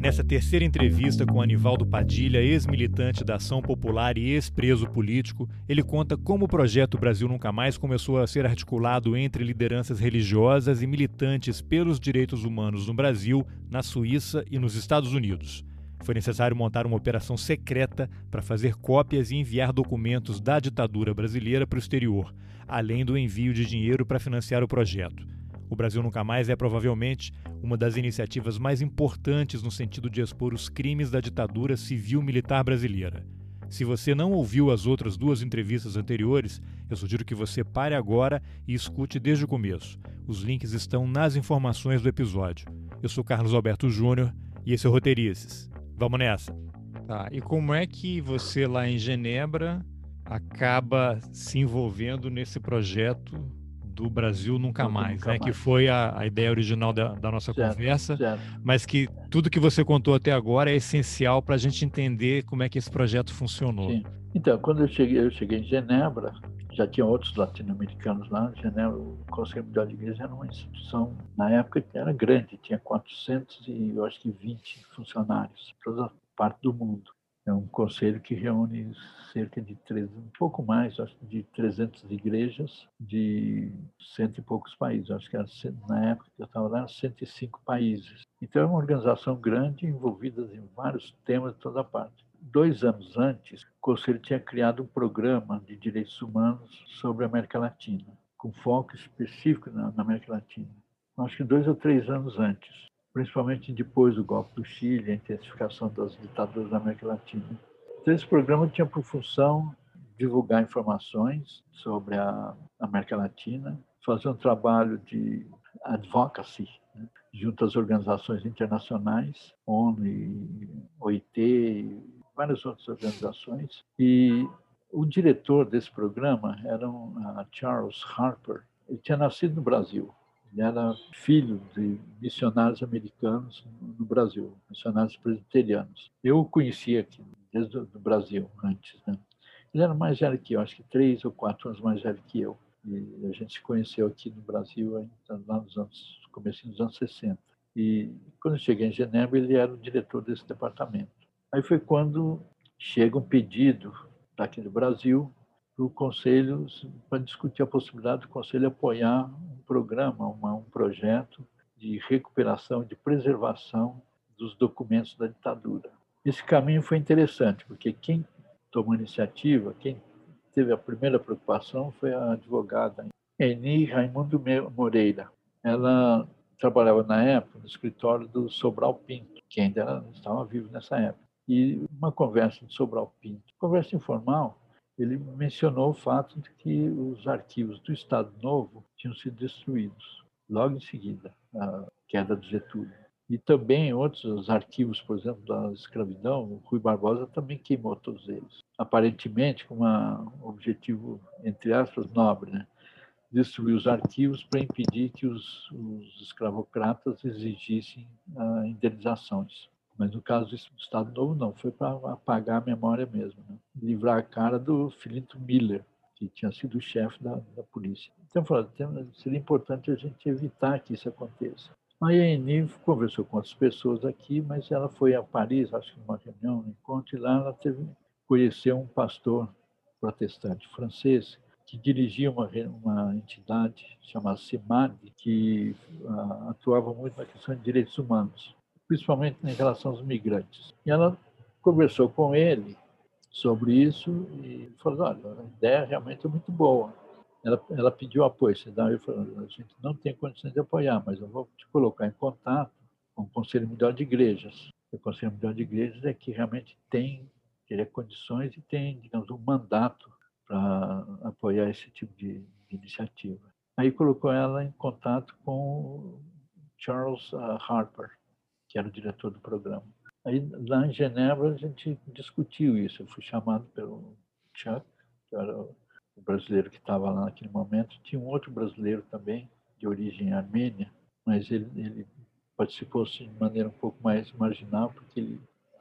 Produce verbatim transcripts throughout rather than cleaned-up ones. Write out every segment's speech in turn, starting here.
Nessa terceira entrevista com Anivaldo Padilha, ex-militante da Ação Popular e ex-preso político, ele conta como o projeto Brasil Nunca Mais começou a ser articulado entre lideranças religiosas e militantes pelos direitos humanos no Brasil, na Suíça e nos Estados Unidos. Foi necessário montar uma operação secreta para fazer cópias e enviar documentos da ditadura brasileira para o exterior, além do envio de dinheiro para financiar o projeto. O Brasil Nunca Mais é provavelmente uma das iniciativas mais importantes no sentido de expor os crimes da ditadura civil-militar brasileira. Se você não ouviu as outras duas entrevistas anteriores, eu sugiro que você pare agora e escute desde o começo. Os links estão nas informações do episódio. Eu sou Carlos Alberto Júnior e esse é o Roteirices. Vamos nessa! Tá, e como é que você lá em Genebra acaba se envolvendo nesse projeto do Brasil Nunca Mais, Nunca né? mais. Que foi a, a ideia original da, da nossa Certo, conversa, certo. mas que tudo que você contou até agora é essencial para a gente entender como é que esse projeto funcionou. Sim. Então, quando eu cheguei, eu cheguei em Genebra, já tinha outros latino-americanos lá. Em Genebra, o Conselho Mundial de Igreja era uma instituição, na época, que era grande, tinha quatrocentos e eu acho que vinte funcionários, toda parte do mundo. É um conselho que reúne cerca de três, um pouco mais, acho que de trezentas igrejas de cento e poucos países. Acho que era, na época que eu estava lá, cento e cinco países. Então é uma organização grande, envolvida em vários temas de toda parte. Dois anos antes, o Conselho tinha criado um programa de direitos humanos sobre a América Latina, com foco específico na, na América Latina. Acho que dois ou três anos antes, principalmente depois do golpe do Chile, a intensificação das ditaduras da América Latina. Então, esse programa tinha por função divulgar informações sobre a América Latina, fazer um trabalho de advocacy, né, junto às organizações internacionais, ONU, e O I T, e várias outras organizações. E o diretor desse programa era um, uh, Charles Harper. Ele tinha nascido no Brasil. Ele era filho de missionários americanos no Brasil, missionários presbiterianos. Eu o conhecia aqui, desde o Brasil, antes, né? Ele era mais velho que eu, acho que três ou quatro anos mais velho que eu. E a gente se conheceu aqui no Brasil, ainda lá nos anos, começo dos anos sessenta. E quando eu cheguei em Genebra, ele era o diretor desse departamento. Aí foi quando chega um pedido daqui do Brasil para o Conselho, para discutir a possibilidade do Conselho apoiar um programa, uma, um projeto de recuperação, de preservação dos documentos da ditadura. Esse caminho foi interessante, porque quem tomou a iniciativa, quem teve a primeira preocupação foi a advogada Eni Raimundo Moreira. Ela trabalhava na época no escritório do Sobral Pinto, que ainda estava vivo nessa época. E uma conversa de Sobral Pinto, conversa informal, ele mencionou o fato de que os arquivos do Estado Novo tinham sido destruídos logo em seguida, a queda do Getúlio. E também outros arquivos, por exemplo, da escravidão, o Rui Barbosa também queimou todos eles. Aparentemente com um objetivo, entre aspas, nobre, né? Destruir os arquivos para impedir que os, os escravocratas exigissem uh, indenizações. Mas no caso do Estado Novo, não, foi para apagar a memória mesmo, né? Livrar a cara do Filinto Miller, que tinha sido o chefe da, da polícia. Então, falando, seria importante a gente evitar que isso aconteça. Aí a Eni conversou com outras pessoas aqui, mas ela foi a Paris, acho que numa reunião, um encontro, e lá ela teve conheceu um pastor protestante francês que dirigia uma, uma entidade chamada CIMAD, que uh, atuava muito na questão de direitos humanos, principalmente em relação aos migrantes. E ela conversou com ele sobre isso e falou, olha, a ideia realmente é muito boa. Ela, ela pediu apoio, eu falei, a gente não tem condições de apoiar, mas eu vou te colocar em contato com o Conselho Mundial de Igrejas. O Conselho Mundial de Igrejas é que realmente tem teria condições e tem, digamos, um mandato para apoiar esse tipo de, de iniciativa. Aí colocou ela em contato com o Charles uh, Harper, que era o diretor do programa. Aí, lá em Genebra, a gente discutiu isso. Eu fui chamado pelo Chuck, que era o brasileiro que estava lá naquele momento. Tinha um outro brasileiro também, de origem armênia, mas ele, ele participou assim, de maneira um pouco mais marginal, porque ele,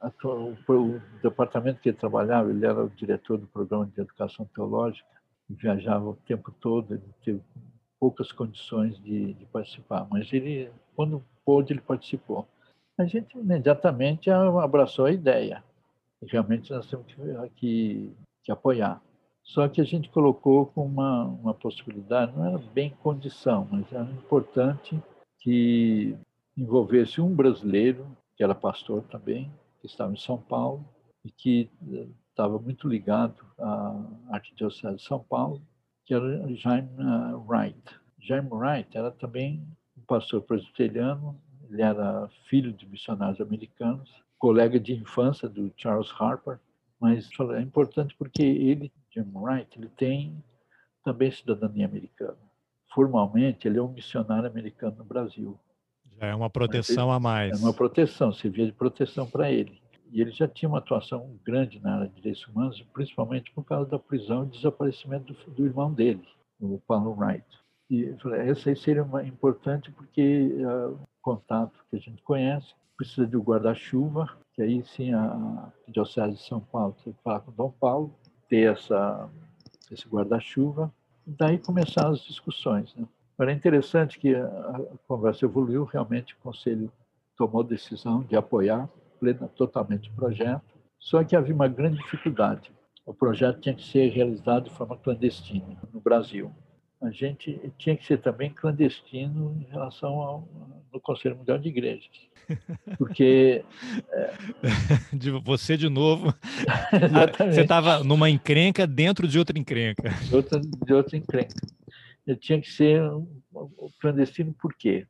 o, o departamento que ele trabalhava, ele era o diretor do programa de educação teológica, viajava o tempo todo, ele teve poucas condições de, de participar, mas ele, quando pôde, ele participou. A gente imediatamente abraçou a ideia. E realmente nós temos que, que, que apoiar. Só que a gente colocou com uma, uma possibilidade, não era bem condição, mas era importante que envolvesse um brasileiro, que era pastor também, que estava em São Paulo, e que estava muito ligado à Arquidiocese de São Paulo, que era Jaime Wright. Jaime Wright era também um pastor presbiteriano, ele era filho de missionários americanos, colega de infância do Charles Harper, mas é importante porque ele, Jim Wright, ele tem também cidadania americana. Formalmente, ele é um missionário americano no Brasil. Já é uma proteção a mais. É uma proteção, servia de proteção para ele. E ele já tinha uma atuação grande na área de direitos humanos, principalmente por causa da prisão e desaparecimento do, do irmão dele, o Paulo Wright. E eu falei, essa aí seria uma, importante porque uh, o contato que a gente conhece precisa de um guarda-chuva, que aí sim a Diocese de São Paulo tem que falar com Dom Paulo, ter essa, esse guarda-chuva, e daí começaram as discussões. Né? Era interessante que a, a conversa evoluiu, realmente o Conselho tomou a decisão de apoiar plena, totalmente o projeto, só que havia uma grande dificuldade. O projeto tinha que ser realizado de forma clandestina no Brasil. A gente tinha que ser também clandestino em relação ao no Conselho Mundial de Igrejas. Porque... É... De você de novo. Você estava numa encrenca dentro de outra encrenca. De outra, de outra encrenca. Eu tinha que ser clandestino por quê?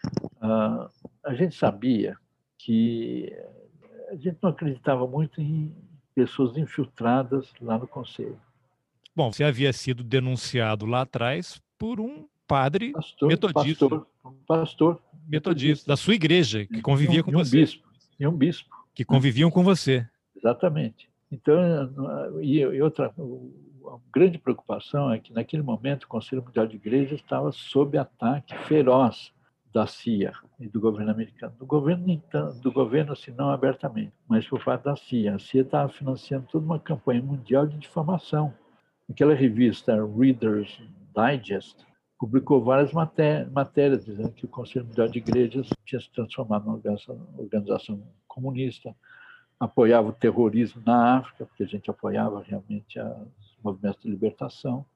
Uh, a gente sabia que a gente não acreditava muito em pessoas infiltradas lá no Conselho. Bom, você havia sido denunciado lá atrás por um padre pastor, metodista. Pastor, pastor metodista, metodista, da sua igreja, que convivia e um, com e um você. Bispo, e um bispo. Que conviviam com você. Exatamente. Então, e, e outra, a grande preocupação é que, naquele momento, o Conselho Mundial de Igrejas estava sob ataque feroz da C I A e do governo americano. Do governo, então, do governo, assim, não abertamente, mas por parte da C I A. A C I A estava financiando toda uma campanha mundial de difamação. Aquela revista Reader's Digest publicou várias maté matérias dizendo que o Conselho Mundial de Igrejas tinha se transformado numa organização comunista, apoiava o terrorismo na África, porque a gente apoiava realmente os movimentos de libertação,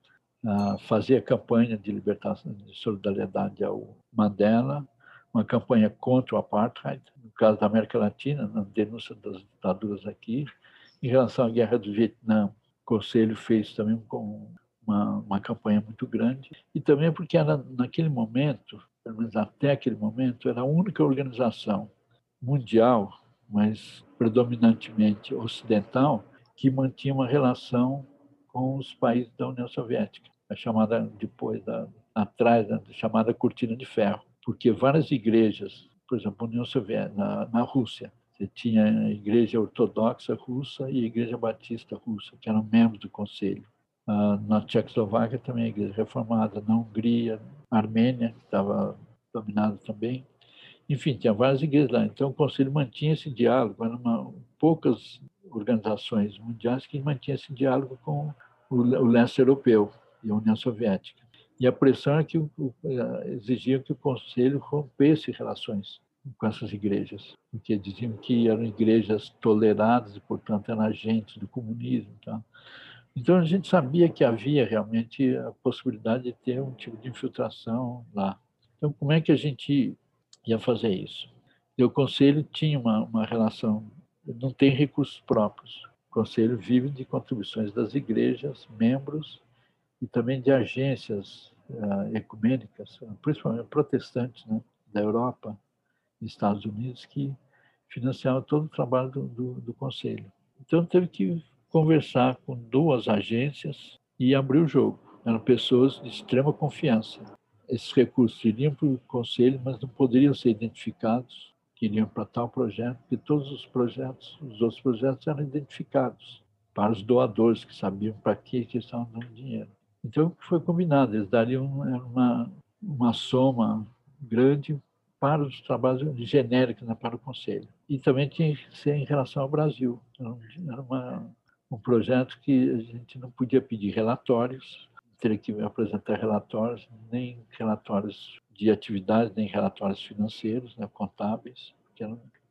fazia campanha de libertação, de solidariedade ao Mandela, uma campanha contra o apartheid, no caso da América Latina, na denúncia das ditaduras aqui. Em relação à Guerra do Vietnã, o Conselho fez também uma, uma campanha muito grande, e também porque era, naquele momento, pelo menos até aquele momento, era a única organização mundial, mas predominantemente ocidental, que mantinha uma relação com os países da União Soviética, a chamada depois da atrás da chamada cortina de ferro, porque várias igrejas, por exemplo, União Soviética na, na Rússia, você tinha a Igreja Ortodoxa Russa e a Igreja Batista Russa, que eram membros do Conselho. Uh, na Tchecoslováquia também a Igreja Reformada, na Hungria, na Armênia, que estava dominada também. Enfim, tinha várias igrejas lá. Então, o Conselho mantinha esse diálogo. Eram uma, poucas organizações mundiais que mantinham esse diálogo com o, o leste europeu e a União Soviética. E a pressão é que o, o, exigia que o Conselho rompesse relações com essas igrejas, porque diziam que eram igrejas toleradas e, portanto, eram agentes do comunismo. Tá? Então, a gente sabia que havia realmente a possibilidade de ter um tipo de infiltração lá. Então, como é que a gente ia fazer isso? E o Conselho tinha uma, uma relação, não tem recursos próprios. O Conselho vive de contribuições das igrejas, membros, e também de agências uh, ecumênicas, principalmente protestantes, né, da Europa e Estados Unidos, que financiavam todo o trabalho do, do, do Conselho. Então, teve que conversar com duas agências e abrir o jogo. Eram pessoas de extrema confiança. Esses recursos iriam para o Conselho, mas não poderiam ser identificados que iriam para tal projeto, porque todos os projetos, os outros projetos eram identificados para os doadores que sabiam para que eles estavam dando dinheiro. Então, o que foi combinado? Eles dariam uma, uma soma grande para os trabalhos genéricos, né, para o Conselho. E também tinha que ser em relação ao Brasil. Era uma, um projeto que a gente não podia pedir relatórios, teria que apresentar relatórios, nem relatórios de atividades, nem relatórios financeiros, né, contábeis, que eram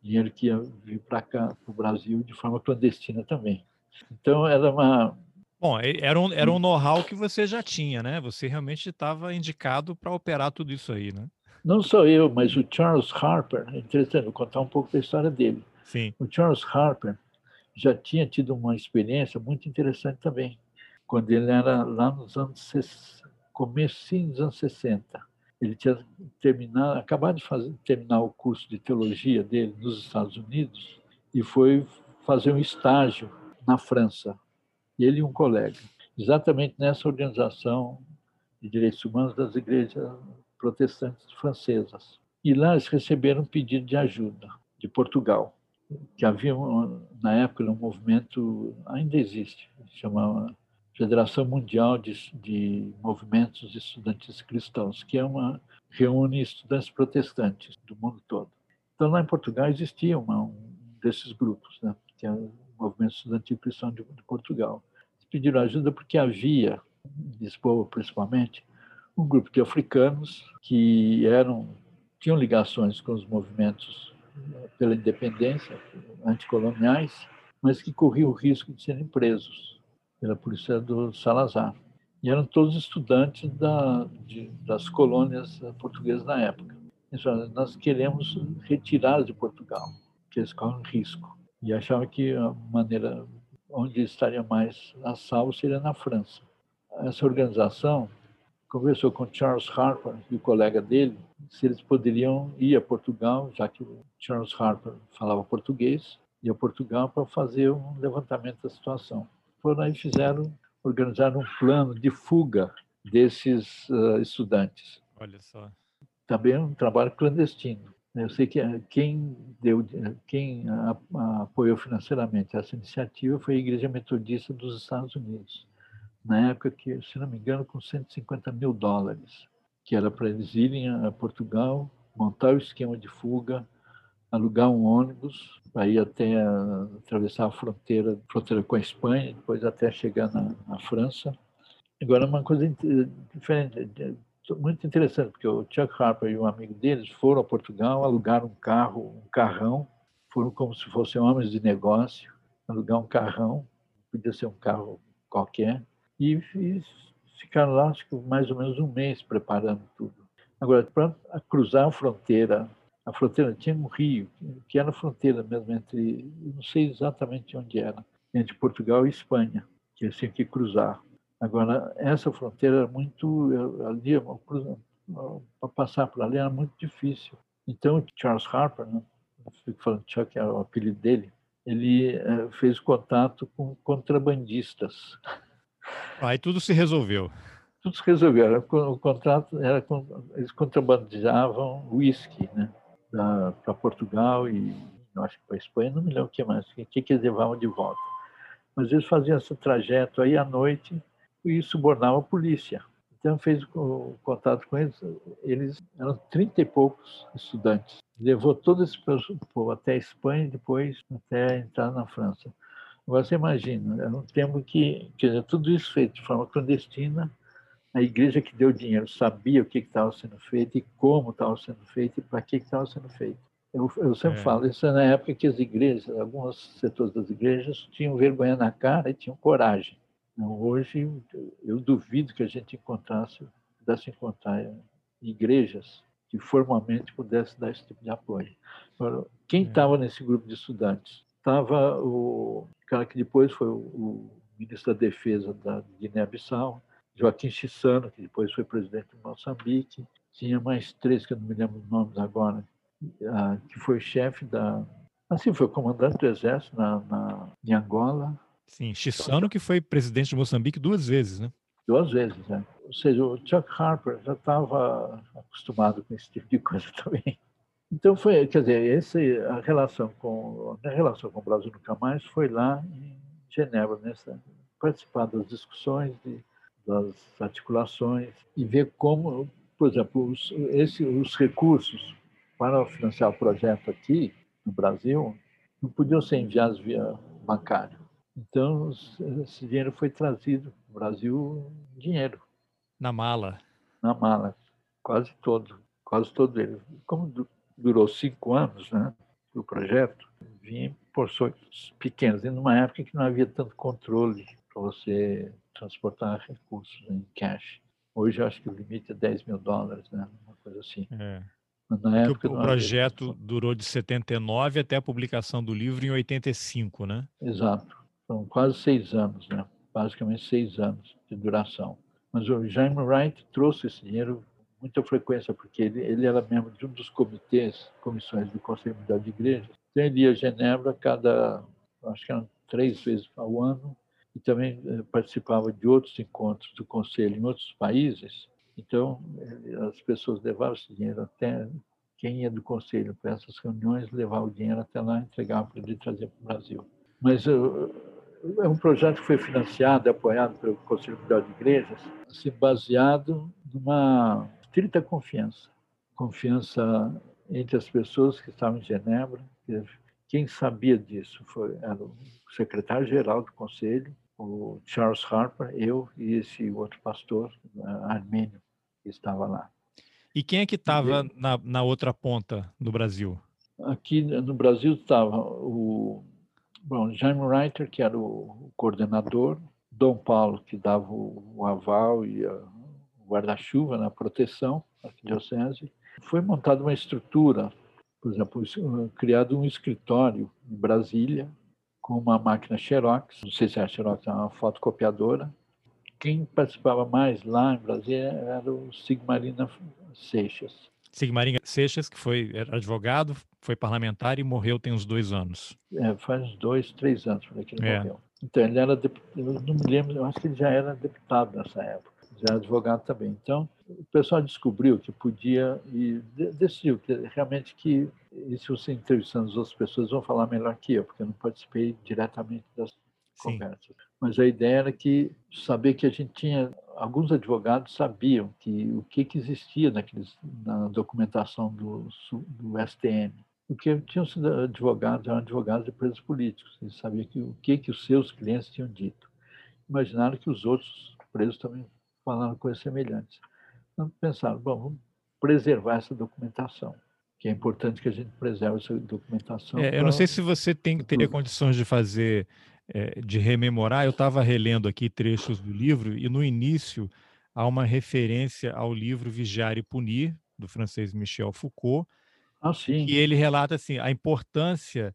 dinheiro que ia vir para cá, para o Brasil, de forma clandestina também. Então, era uma... Bom, era um, era um know-how que você já tinha, né? Você realmente estava indicado para operar tudo isso aí, né? Não só eu, mas o Charles Harper, é interessante, vou contar um pouco da história dele. Sim. O Charles Harper já tinha tido uma experiência muito interessante também, quando ele era lá nos anos comecinho dos anos sessenta. Ele tinha terminado, acabado de fazer, terminar o curso de teologia dele nos Estados Unidos e foi fazer um estágio na França, ele e um colega, exatamente nessa organização de direitos humanos das igrejas protestantes francesas. E lá eles receberam um pedido de ajuda de Portugal, que havia, na época, um movimento, ainda existe, chamava Federação Mundial de, de Movimentos Estudantis Cristãos, que é uma reúne estudantes protestantes do mundo todo. Então, lá em Portugal existia uma, um desses grupos, né, que é o Movimento Estudantil Cristão de, de Portugal. Eles pediram ajuda porque havia, em Lisboa principalmente, um grupo de africanos que eram, tinham ligações com os movimentos pela independência, anticoloniais, mas que corriam o risco de serem presos pela polícia do Salazar. E eram todos estudantes da, de, das colônias portuguesas na época. Eles falaram, nós queremos retirá-los de Portugal, que eles correm risco. E achavam que a maneira onde estaria mais a salvo seria na França. Essa organização conversou com Charles Harper e o colega dele se eles poderiam ir a Portugal, já que o Charles Harper falava português, ir a Portugal para fazer um levantamento da situação. Foram aí fizeram, organizaram um plano de fuga desses uh, estudantes. Olha só. Também um trabalho clandestino. Eu sei que quem deu, quem a, a, apoiou financeiramente essa iniciativa foi a Igreja Metodista dos Estados Unidos, na época que, se não me engano, com cento e cinquenta mil dólares, que era para eles irem a Portugal, montar o esquema de fuga, alugar um ônibus para ir até a, atravessar a fronteira, fronteira com a Espanha, depois até chegar na, na França. Agora, uma coisa diferente, muito interessante, porque o Chuck Harper e um amigo deles foram a Portugal, alugaram um carro, um carrão, foram como se fossem homens de negócio, alugar um carrão, podia ser um carro qualquer, e, e ficaram lá, acho que mais ou menos um mês preparando tudo. Agora, para cruzar a fronteira, a fronteira tinha um rio, que era a fronteira mesmo entre, não sei exatamente onde era, entre Portugal e Espanha, que eles tinham que cruzar. Agora, essa fronteira era muito, ali, para passar por ali era muito difícil. Então, Charles Harper, né, eu fico falando Chuck, é o apelido dele, ele é, fez contato com contrabandistas. Aí tudo se resolveu. Tudo se resolveu. O contrato era, eles contrabandeavam uísque, né, para Portugal e eu acho que para a Espanha, não me lembro o que mais, o que, que eles levavam de volta. Mas eles faziam esse trajeto aí à noite e subornavam a polícia. Então fez o contato com eles, eles eram trinta e poucos estudantes. Levou todo esse povo até a Espanha e depois até entrar na França. Agora você imagina, era um tempo que, quer dizer, tudo isso feito de forma clandestina, a igreja que deu dinheiro sabia o que estava sendo feito e como estava sendo feito e para que estava sendo feito. Eu, eu sempre é. falo, isso é na época que as igrejas, alguns setores das igrejas tinham vergonha na cara e tinham coragem. Então, hoje, eu duvido que a gente encontrasse, pudesse encontrar igrejas que formalmente pudessem dar esse tipo de apoio. Agora, quem estava é. nesse grupo de estudantes? Estava o cara que depois foi o, o ministro da Defesa da Guiné-Bissau, Joaquim Chissano, que depois foi presidente de Moçambique. Tinha mais três, que eu não me lembro os nomes agora, que foi chefe da... Assim, foi comandante do exército na, na, em Angola. Sim, Chissano, que foi presidente de Moçambique duas vezes, né? Duas vezes, né? Ou seja, o Chuck Harper já estava acostumado com esse tipo de coisa também. Então, foi, quer dizer, esse, a, relação com, a relação com o Brasil Nunca Mais foi lá em Genebra, nessa, participar das discussões, de, das articulações e ver como, por exemplo, os, esse, os recursos para financiar o projeto aqui no Brasil não podiam ser enviados via bancário. Então, esse dinheiro foi trazido para o Brasil, dinheiro. Na mala. Na mala, quase todo, quase todo ele. Como durou cinco anos, né, o projeto vinha em porções pequenas, e numa época que não havia tanto controle para você transportar recursos em cash. Hoje eu acho que o limite é dez mil dólares, né? Uma coisa assim. É. Mas na Porque o, época o não havia projeto tanto. durou de setenta e nove até a publicação do livro em oitenta e cinco, né? Exato. São quase seis anos, né? Basicamente seis anos de duração. Mas o Jaime Wright trouxe esse dinheiro com muita frequência, porque ele, ele era membro de um dos comitês, comissões do Conselho Mundial de Igrejas. Então ele ia a Genebra cada, acho que eram três vezes ao ano, e também eh, participava de outros encontros do Conselho em outros países. Então, ele, as pessoas levavam esse dinheiro até... Quem ia do Conselho para essas reuniões levava o dinheiro até lá, entregava para ele trazer para o Brasil. Mas uh, é um projeto que foi financiado, apoiado pelo Conselho Mundial de Igrejas, assim, baseado numa estrita confiança. Confiança entre as pessoas que estavam em Genebra. Quem sabia disso foi, era o secretário-geral do Conselho, o Charles Harper, eu e esse outro pastor uh, armênio que estava lá. E quem é que estava na, na outra ponta do Brasil? Aqui no Brasil estava o bom, Jaime Reiter, que era o coordenador, Dom Paulo, que dava o aval e a, o guarda-chuva na proteção da arquidiocese. Foi montada uma estrutura, por exemplo, criado um escritório em Brasília, com uma máquina Xerox, não sei se é a Xerox, é uma fotocopiadora. Quem participava mais lá em Brasília era o Sigmarina Seixas. Sigmaringa Seixas, que foi era advogado, foi parlamentar e morreu tem uns dois anos. É, faz uns dois, três anos por aí que ele É. morreu. Então, ele era, eu não me lembro, eu acho que ele já era deputado nessa época, já era advogado também. Então, o pessoal descobriu que podia e decidiu que realmente que, e se você entrevistando as outras pessoas, vão falar melhor que eu, porque eu não participei diretamente das Sim. conversas. Mas a ideia era que saber que a gente tinha, alguns advogados sabiam que o que, que existia naqueles, na documentação do, do S T M. Porque tinham sido advogados, eram advogados de presos políticos. Eles sabiam que, o que, que os seus clientes tinham dito. Imaginaram que os outros presos também falaram coisas semelhantes. Então pensaram, bom, vamos preservar essa documentação, que é importante que a gente preserve essa documentação. É, eu não sei se você tem, teria condições de fazer, é, de rememorar. Eu estava relendo aqui trechos do livro e no início há uma referência ao livro Vigiar e Punir, do francês Michel Foucault, ah, sim. que ele relata assim, a importância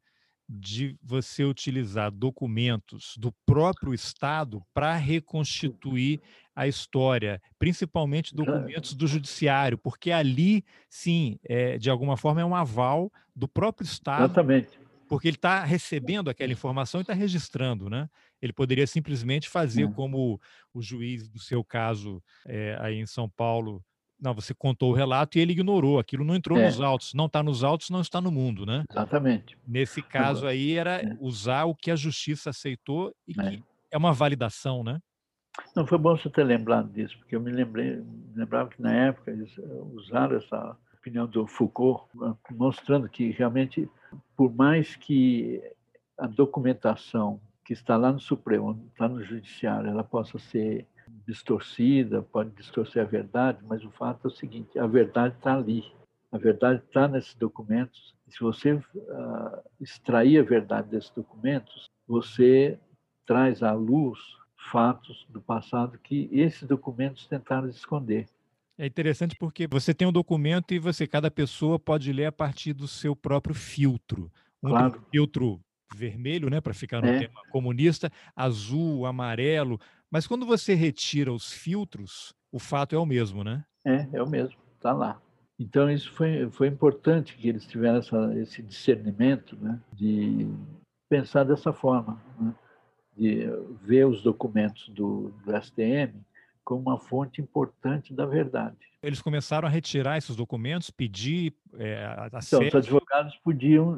de você utilizar documentos do próprio Estado para reconstituir a história, principalmente documentos do judiciário, porque ali, sim, é, de alguma forma é um aval do próprio Estado. Exatamente. Porque ele está recebendo aquela informação e está registrando, né? Ele poderia simplesmente fazer É. como o juiz do seu caso é, aí em São Paulo. Não, você contou o relato e ele ignorou. Aquilo não entrou É. nos autos. Não está nos autos, não está no mundo, né? Exatamente. Nesse caso Agora, aí era é. usar o que a justiça aceitou e É. que é uma validação, né? Não, foi bom você ter lembrado disso, porque eu me lembrei, me lembrava que na época eles usaram essa opinião do Foucault, mostrando que realmente, por mais que a documentação que está lá no Supremo, está no Judiciário, ela possa ser distorcida, pode distorcer a verdade, mas o fato é o seguinte, a verdade está ali, a verdade está nesses documentos, e se você uh, extrair a verdade desses documentos, você traz à luz fatos do passado que esses documentos tentaram esconder. É interessante porque você tem um documento e você, cada pessoa pode ler a partir do seu próprio filtro. Um Claro. tem filtro vermelho, né, para ficar no É. tema comunista, azul, amarelo, mas quando você retira os filtros, o fato é o mesmo, né? É, é o mesmo, está lá. Então isso foi, foi importante que eles tiveram essa, esse discernimento, né, de pensar dessa forma, né, de ver os documentos do, do S T M como uma fonte importante da verdade. Eles começaram a retirar esses documentos, pedir é, acesso. Então, os advogados podiam,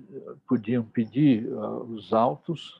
podiam pedir uh, os autos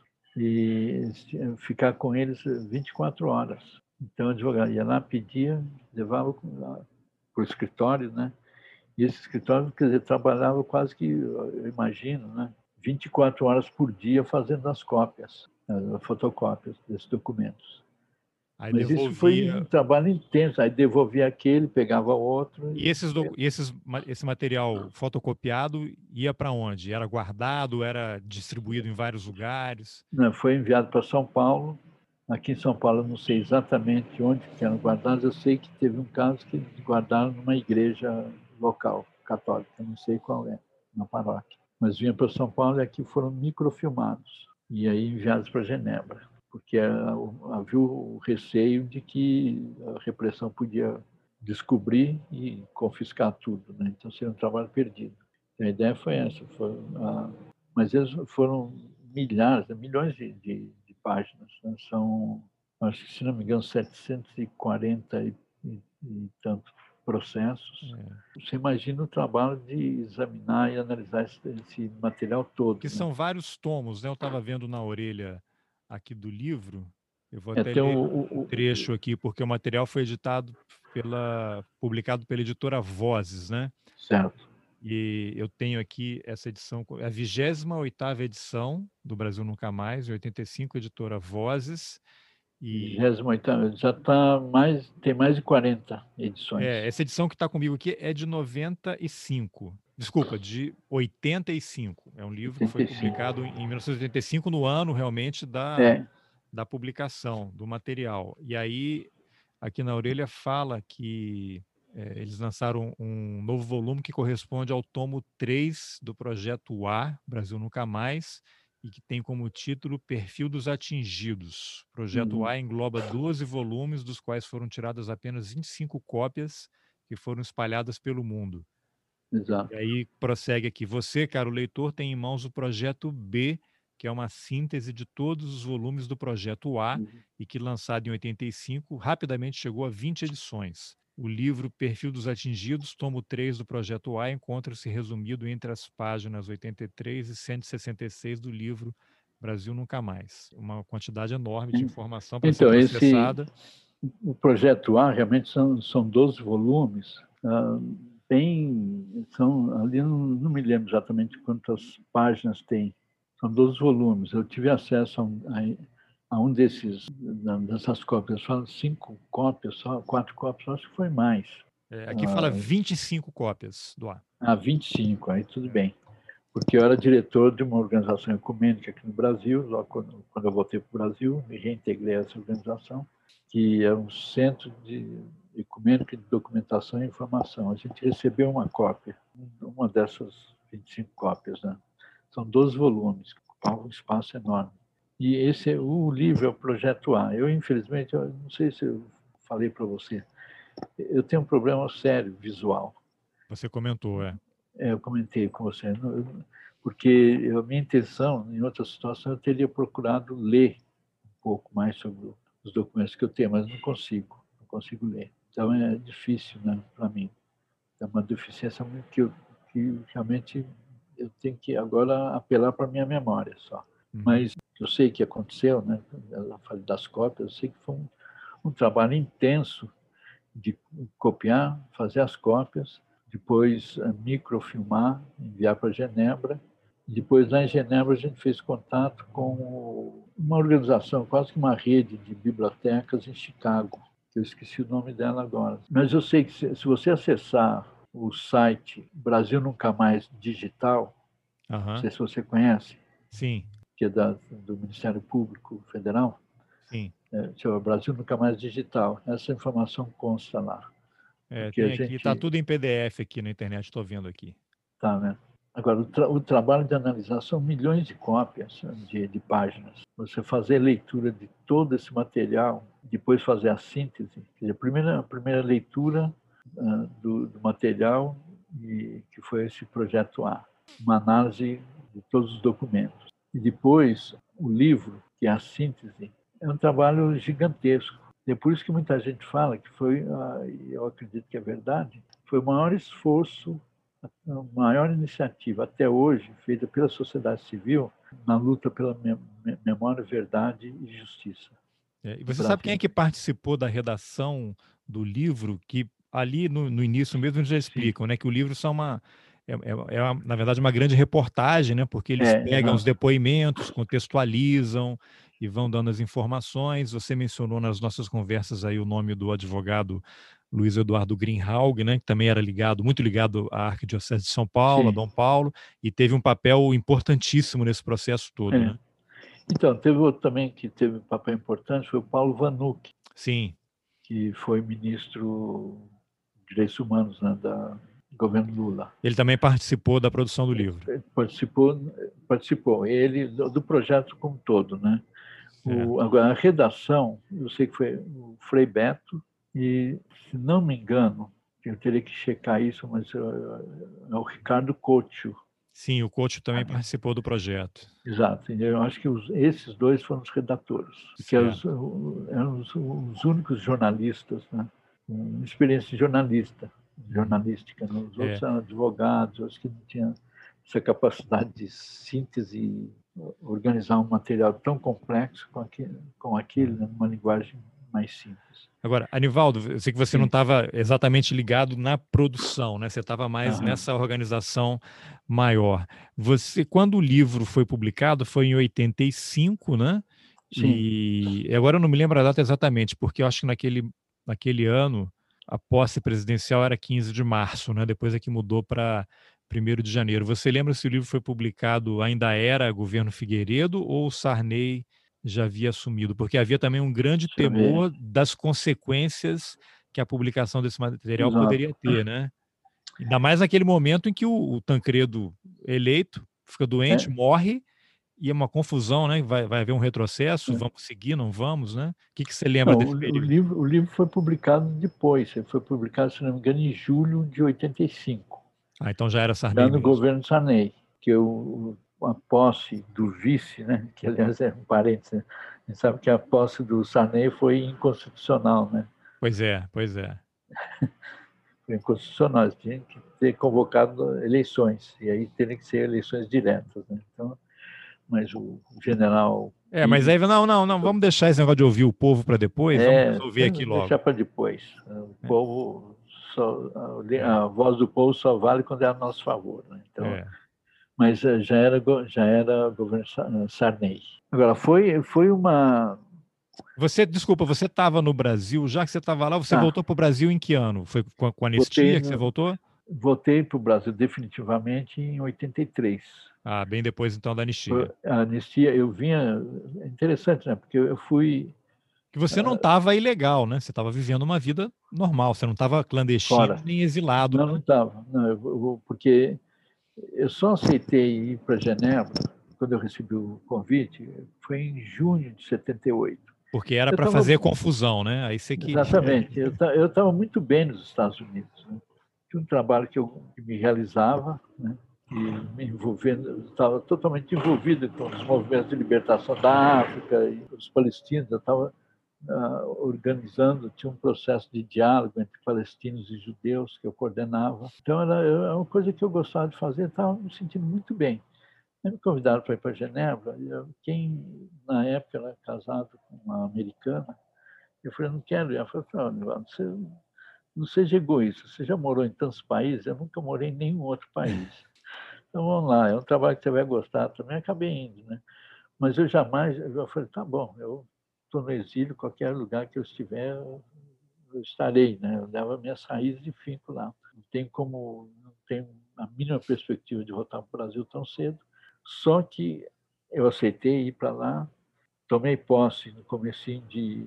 e ficar com eles vinte e quatro horas. Então, o advogado ia lá, pedia, levava para o escritório, né? E esse escritório, quer dizer, trabalhava quase que, eu imagino, né? vinte e quatro horas por dia fazendo as cópias, as fotocópias desses documentos. Aí Mas isso foi um devolvia. trabalho intenso. Aí devolvia aquele, pegava outro. E esses, do- e esses, ma- esse material fotocopiado ia para onde? Era guardado, era distribuído em vários lugares? Não, foi enviado para São Paulo. Aqui em São Paulo, eu não sei exatamente onde que eram guardados. Eu sei que teve um caso que eles guardaram numa igreja local, católica. Eu não sei qual é, na paróquia. Mas vinha para São Paulo e aqui foram microfilmados. E aí enviados para Genebra. Porque havia o receio de que a repressão podia descobrir e confiscar tudo, né? Então seria um trabalho perdido. A ideia foi essa, foi a... mas eles foram milhares, milhões de, de, de páginas, né? São, acho que se não me engano, setecentos e quarenta e, e, e tantos processos. É. Você imagina o trabalho de examinar e analisar esse, esse material todo. Que né? são vários tomos, né? Eu estava vendo na orelha aqui do livro. Eu vou É, até tem ler o, um o, trecho aqui, porque o material foi editado pela, publicado pela editora Vozes, né? certo. E eu tenho aqui essa edição, a vigésima oitava edição do Brasil Nunca Mais, em oitenta e cinco, editora Vozes. E vigésima oitava, já está mais, tem mais de quarenta edições. é, essa edição que está comigo aqui é de noventa e cinco. Desculpa, de oitenta e cinco. É um livro que foi oitenta e cinco. publicado em mil novecentos e oitenta e cinco, no ano realmente da, É, da publicação do material. E aí, aqui na orelha fala que é, eles lançaram um novo volume que corresponde ao tomo três do Projeto A, Brasil Nunca Mais, e que tem como título Perfil dos Atingidos. O Projeto uhum. A engloba doze volumes, dos quais foram tiradas apenas vinte e cinco cópias que foram espalhadas pelo mundo. Exato. E aí prossegue aqui. Você, caro leitor, tem em mãos o Projeto B, que é uma síntese de todos os volumes do Projeto A, uhum. e que, lançado em oitenta e cinco, rapidamente chegou a vinte edições. O livro Perfil dos Atingidos, tomo três do Projeto A, encontra-se resumido entre as páginas oitenta e três e cento e sessenta e seis do livro Brasil Nunca Mais. Uma quantidade enorme de informação para então, ser processada. Esse, o Projeto A realmente são, são doze volumes. Uh, tem, são, ali não, não me lembro exatamente quantas páginas tem. São doze volumes. Eu tive acesso a um, a, a um desses, dessas cópias. Fala cinco cópias, só quatro cópias, acho que foi mais. É, aqui uh, fala vinte e cinco cópias do A. Ah, vinte e cinco, aí tudo é. bem. Porque eu era diretor de uma organização ecumênica aqui no Brasil, logo quando, quando eu voltei para o Brasil, me reintegrei a essa organização, que é um centro de ecumênica de documentação e informação. A gente recebeu uma cópia, uma dessas vinte e cinco cópias, né? São doze volumes, que ocupam um espaço enorme. E esse é o livro, é o Projeto A. Eu, infelizmente, eu não sei se eu falei para você, eu tenho um problema sério visual. Você comentou, é. É, eu comentei com você, porque a minha intenção, em outra situação, eu teria procurado ler um pouco mais sobre os documentos que eu tenho, mas não consigo, não consigo ler. Então é difícil, né, para mim. É uma deficiência que, eu, que realmente eu tenho que agora apelar para a minha memória só. Uhum. Mas eu sei que aconteceu, né, eu falei das cópias, eu sei que foi um, um trabalho intenso de copiar, fazer as cópias, depois microfilmar, enviar para Genebra. Depois, lá em Genebra, a gente fez contato com uma organização, quase que uma rede de bibliotecas em Chicago, que eu esqueci o nome dela agora. Mas eu sei que se você acessar o site Brasil Nunca Mais Digital, uhum. não sei se você conhece, sim, que é da, do Ministério Público Federal, sim. É, chama Brasil Nunca Mais Digital. Essa informação consta lá. É, tem aqui, gente... tá tudo em P D F aqui na internet, estou vendo aqui. Tá, né? Agora, o, tra o trabalho de analisar são milhões de cópias de, de páginas. Você fazer leitura de todo esse material, depois fazer a síntese. Quer dizer, a primeira, a primeira leitura uh, do, do material, e, que foi esse Projeto A. Uma análise de todos os documentos. E depois, o livro, que é a síntese, é um trabalho gigantesco. É por isso que muita gente fala que foi, e eu acredito que é verdade, foi o maior esforço, a maior iniciativa até hoje feita pela sociedade civil na luta pela memória, verdade e justiça. É, e você sabe quem é que participou da redação do livro? Que ali no, no início mesmo eles já explicam, né, que o livro são uma é, é, é na verdade uma grande reportagem, né, porque eles é, pegam exato. os depoimentos, contextualizam e vão dando as informações. Você mencionou nas nossas conversas aí o nome do advogado Luiz Eduardo Greenhalgh, né, que também era ligado, muito ligado à Arquidiocese de São Paulo, a Sim. Dom Paulo, e teve um papel importantíssimo nesse processo todo, É. né? Então, teve outro também que teve um papel importante, foi o Paulo Vanuc, Sim. que foi ministro de Direitos Humanos, né, da governo Lula. Ele também participou da produção do livro. Ele participou, participou. Ele do, do projeto como um todo, né? O, agora a redação, eu sei que foi o Frei Beto e, se não me engano, eu teria que checar isso, mas é o Ricardo Couto. Sim, o Couto também participou do projeto. Exato. Eu acho que os, esses dois foram os redatores, que eram os, eram os, os únicos jornalistas, né? Com experiência de jornalista, jornalística. Né? Os outros é. eram advogados, os que não tinham essa capacidade de síntese e organizar um material tão complexo com aquele, com aquele né? numa linguagem mais simples. Agora, Anivaldo, eu sei que você Sim. não estava exatamente ligado na produção, né? Você estava mais uhum. nessa organização maior. Você, quando o livro foi publicado, foi em oitenta e cinco, né? Sim. E agora eu não me lembro a data exatamente, porque eu acho que naquele, naquele ano a posse presidencial era quinze de março, né? Depois é que mudou para primeiro de janeiro. Você lembra se o livro foi publicado, ainda era governo Figueiredo ou Sarney já havia assumido? Porque havia também um grande Deixa temor das consequências que a publicação desse material Exato. Poderia ter, né? Ainda mais naquele momento em que o, o Tancredo eleito fica doente, é. morre, e é uma confusão, né? Vai, vai haver um retrocesso, é. vamos seguir, não vamos, né? O que, que você lembra não, desse o, período? O livro, o livro foi publicado depois, ele foi publicado, se não me engano, em julho de oitenta e cinco. Ah, então já era Sarney Já no mesmo. governo Sarney, que o, a posse do vice, né, que aliás é um parênteses, né? A gente sabe que a posse do Sarney foi inconstitucional, né? Pois é, pois é. Foi inconstitucional, tinha que ter convocado eleições, e aí teria que ser eleições diretas, né? Então, mas o general... É, mas aí, não, não, não, vamos deixar esse negócio de ouvir o povo para depois, é, vamos resolver aqui logo. Deixar para depois. O é. povo, só, a, a voz do povo só vale quando é a nosso favor, né? Então... É. Mas já era, já era governo Sarney. Agora, foi, foi uma... Você, desculpa, você estava no Brasil, já que você estava lá, você ah, voltou para o Brasil em que ano? Foi com a, com a anistia no, que você voltou? Voltei para o Brasil definitivamente em oitenta e três. Ah, bem depois então da anistia. A anistia, eu vinha... É interessante, né? Porque eu fui... Que você não estava uh, ilegal, né? Você estava vivendo uma vida normal, você não estava clandestino fora. Nem exilado. Não, né? não estava. Não, eu, eu, porque... Eu só aceitei ir para Genebra, quando eu recebi o convite, foi em junho de setenta e oito. Porque era para tava... fazer confusão, né? Aí você queria... Exatamente. Eu estava muito bem nos Estados Unidos. Né? Tinha um trabalho que eu que me realizava, né? E me envolvendo, estava totalmente envolvido com os movimentos de libertação da África e os palestinos. Eu estava uh, organizando, tinha um processo de diálogo entre palestinos e judeus que eu coordenava. Então, era, era uma coisa que eu gostava de fazer, estava me sentindo muito bem. Aí me convidaram para ir para Genebra. Eu, quem, na época, era casado com uma americana, eu falei, não quero ir. Ela falou, não, você, não seja egoísta, você já morou em tantos países, eu nunca morei em nenhum outro país. Então, vamos lá, é um trabalho que você vai gostar também. Acabei indo, né? Mas eu jamais, eu falei, tá bom, eu estou no exílio, qualquer lugar que eu estiver, eu estarei, né? Eu levo minhas raízes e fico lá. Não tem como, não tenho a mínima perspectiva de voltar para o Brasil tão cedo. Só que eu aceitei ir para lá, tomei posse no comecinho de,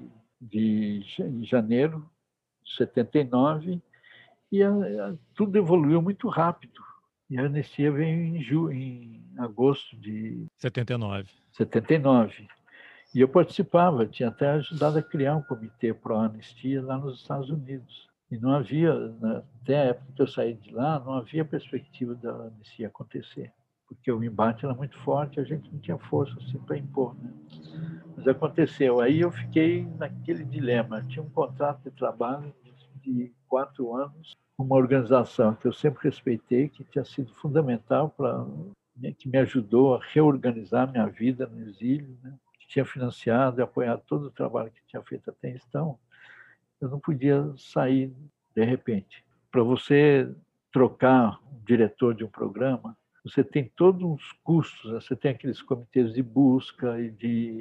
de janeiro de setenta e nove e a, a, tudo evoluiu muito rápido. E a anistia veio em, ju, em agosto de setenta e nove. setenta e nove. E eu participava, tinha até ajudado a criar um comitê pró-anistia lá nos Estados Unidos. E não havia, até a época que eu saí de lá, não havia perspectiva da anistia acontecer, porque o embate era muito forte, a gente não tinha força assim para impor, né? Mas aconteceu. Aí eu fiquei naquele dilema. Tinha um contrato de trabalho de quatro anos, uma organização que eu sempre respeitei, que tinha sido fundamental para, que me ajudou a reorganizar minha vida no exílio, né? Que tinha financiado e apoiado todo o trabalho que tinha feito até então. Eu não podia sair de repente. Para você trocar o diretor de um programa, você tem todos os custos, né? Você tem aqueles comitês de busca e de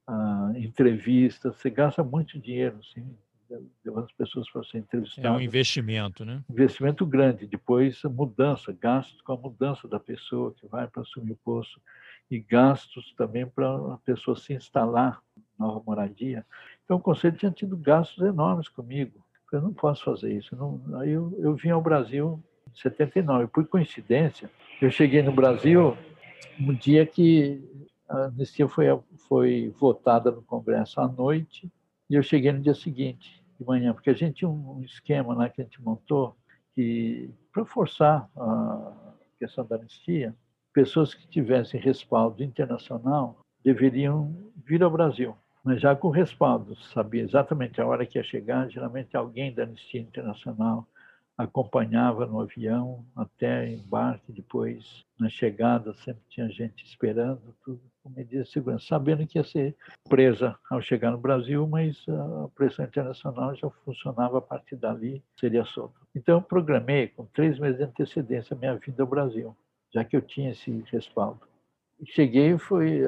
a entrevistas, você gasta muito dinheiro, assim, levando as pessoas para ser entrevistadas. É um investimento, né? Investimento grande. Depois, a mudança, gastos com a mudança da pessoa que vai para assumir o posto e gastos também para a pessoa se instalar na nova moradia. Então, o Conselho tinha tido gastos enormes comigo. Eu não posso fazer isso. Não... Aí eu, eu vim ao Brasil em setenta e nove. Por coincidência, eu cheguei no Brasil no dia que a anistia foi, foi votada no Congresso à noite e eu cheguei no dia seguinte, de manhã, porque a gente tinha um esquema lá que a gente montou que, para forçar a questão da anistia, pessoas que tivessem respaldo internacional deveriam vir ao Brasil, mas já com respaldo, sabia exatamente a hora que ia chegar, geralmente alguém da Anistia Internacional acompanhava no avião até embarque, depois na chegada sempre tinha gente esperando, tudo com medidas de segurança, sabendo que ia ser presa ao chegar no Brasil, mas a pressão internacional já funcionava a partir dali, seria solta. Então eu programei com três meses de antecedência a minha vinda ao Brasil, já que eu tinha esse respaldo. Cheguei, foi,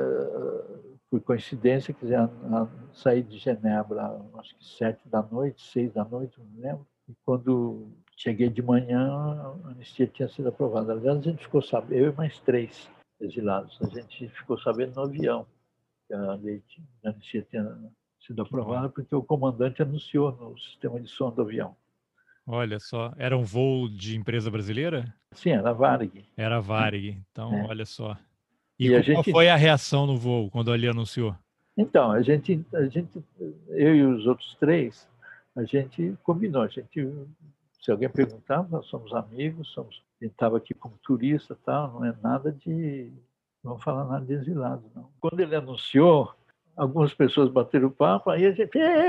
foi coincidência, quer dizer, a, a, saí de Genebra, acho que sete da noite, seis da noite, não me lembro. E quando cheguei de manhã, a anistia tinha sido aprovada. Aliás, a gente ficou sabendo, eu e mais três exilados, a gente ficou sabendo no avião que a lei de anistia tinha sido aprovada, porque o comandante anunciou no sistema de som do avião. Olha só, era um voo de empresa brasileira? Sim, era a Varig. Era a Varig, então É. olha só. E, E qual a gente... foi a reação no voo, quando ele anunciou? Então, a gente, a gente, eu e os outros três, a gente combinou. A gente, se alguém perguntar, nós somos amigos, somos, a gente estava aqui como turista, tal, não é nada de, não vamos falar nada de exilado, não. Quando ele anunciou, algumas pessoas bateram o papo, aí a gente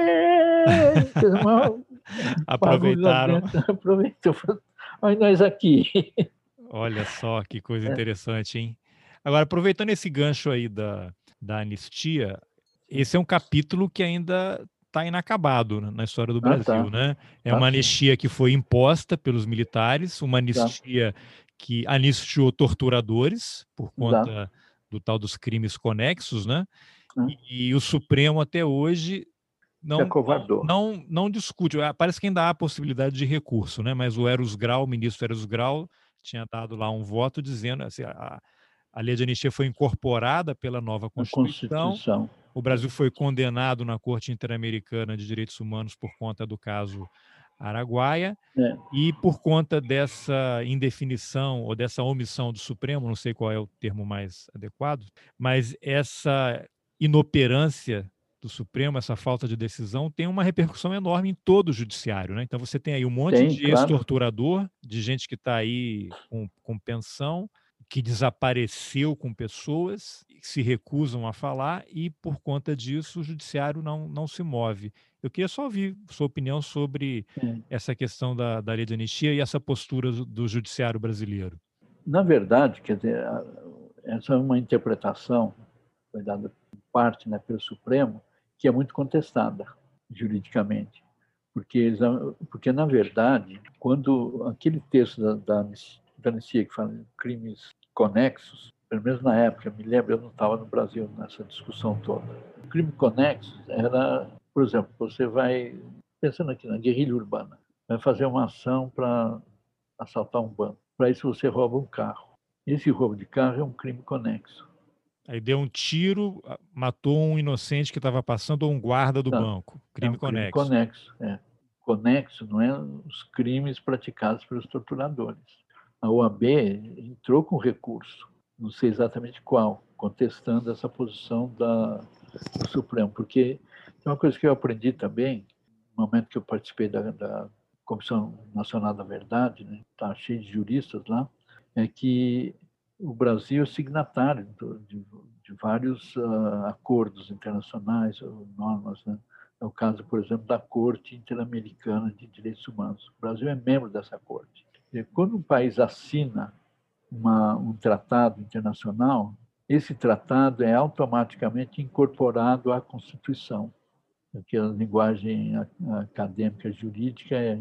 fez uma barulho lá Aproveitaram. dentro, aproveitou, aí nós aqui. Olha só que coisa É. interessante, hein? Agora, aproveitando esse gancho aí da, da anistia, esse é um capítulo que ainda está inacabado na história do Ah, Brasil, tá. né? É Tá, uma sim. anistia que foi imposta pelos militares, uma anistia que anistiou torturadores por Exato. conta do tal dos crimes conexos, né? Ah, E, e o Supremo até hoje se não, não, acovardou. não, não discute. Ah, parece que ainda há possibilidade de recurso, né? Mas o Eros Grau, o ministro Eros Grau, tinha dado lá um voto dizendo assim, a, a lei de anistia foi incorporada pela nova A Constituição. Constituição. O Brasil foi condenado na Corte Interamericana de Direitos Humanos por conta do caso Araguaia. É. E por conta dessa indefinição ou dessa omissão do Supremo, não sei qual é o termo mais adequado, mas essa inoperância do Supremo, essa falta de decisão, tem uma repercussão enorme em todo o judiciário, né? Então você tem aí um monte Tem, de claro. ex-torturador, de gente que está aí com, com pensão, que desapareceu com pessoas, que se recusam a falar e, por conta disso, o judiciário não, não se move. Eu queria só ouvir sua opinião sobre É. essa questão da, da lei de anistia e essa postura do, do judiciário brasileiro. Na verdade, quer dizer, essa é uma interpretação foi dada em parte, né, pelo Supremo, que é muito contestada juridicamente, porque eles, porque na verdade, quando aquele texto da, da, da anistia que fala de crimes conexos, pelo menos na época, eu me lembro, eu não estava no Brasil nessa discussão toda. O crime conexo era, por exemplo, você vai, pensando aqui na guerrilha urbana, vai fazer uma ação para assaltar um banco. Para isso você rouba um carro. Esse roubo de carro é um crime conexo. Aí deu um tiro, matou um inocente que estava passando ou um guarda do Tá. banco. Crime É um crime conexo. conexo. É. Conexo não é os crimes praticados pelos torturadores. A O A B entrou com recurso, não sei exatamente qual, contestando essa posição da, do Supremo, porque é uma coisa que eu aprendi também, no momento que eu participei da, da Comissão Nacional da Verdade, né, tá cheio de juristas lá, é que o Brasil é signatário de, de vários uh, acordos internacionais, ou normas, né? É o caso, por exemplo, da Corte Interamericana de Direitos Humanos. O Brasil é membro dessa corte. E quando um país assina uma, um tratado internacional, esse tratado é automaticamente incorporado à Constituição, porque a linguagem acadêmica jurídica é,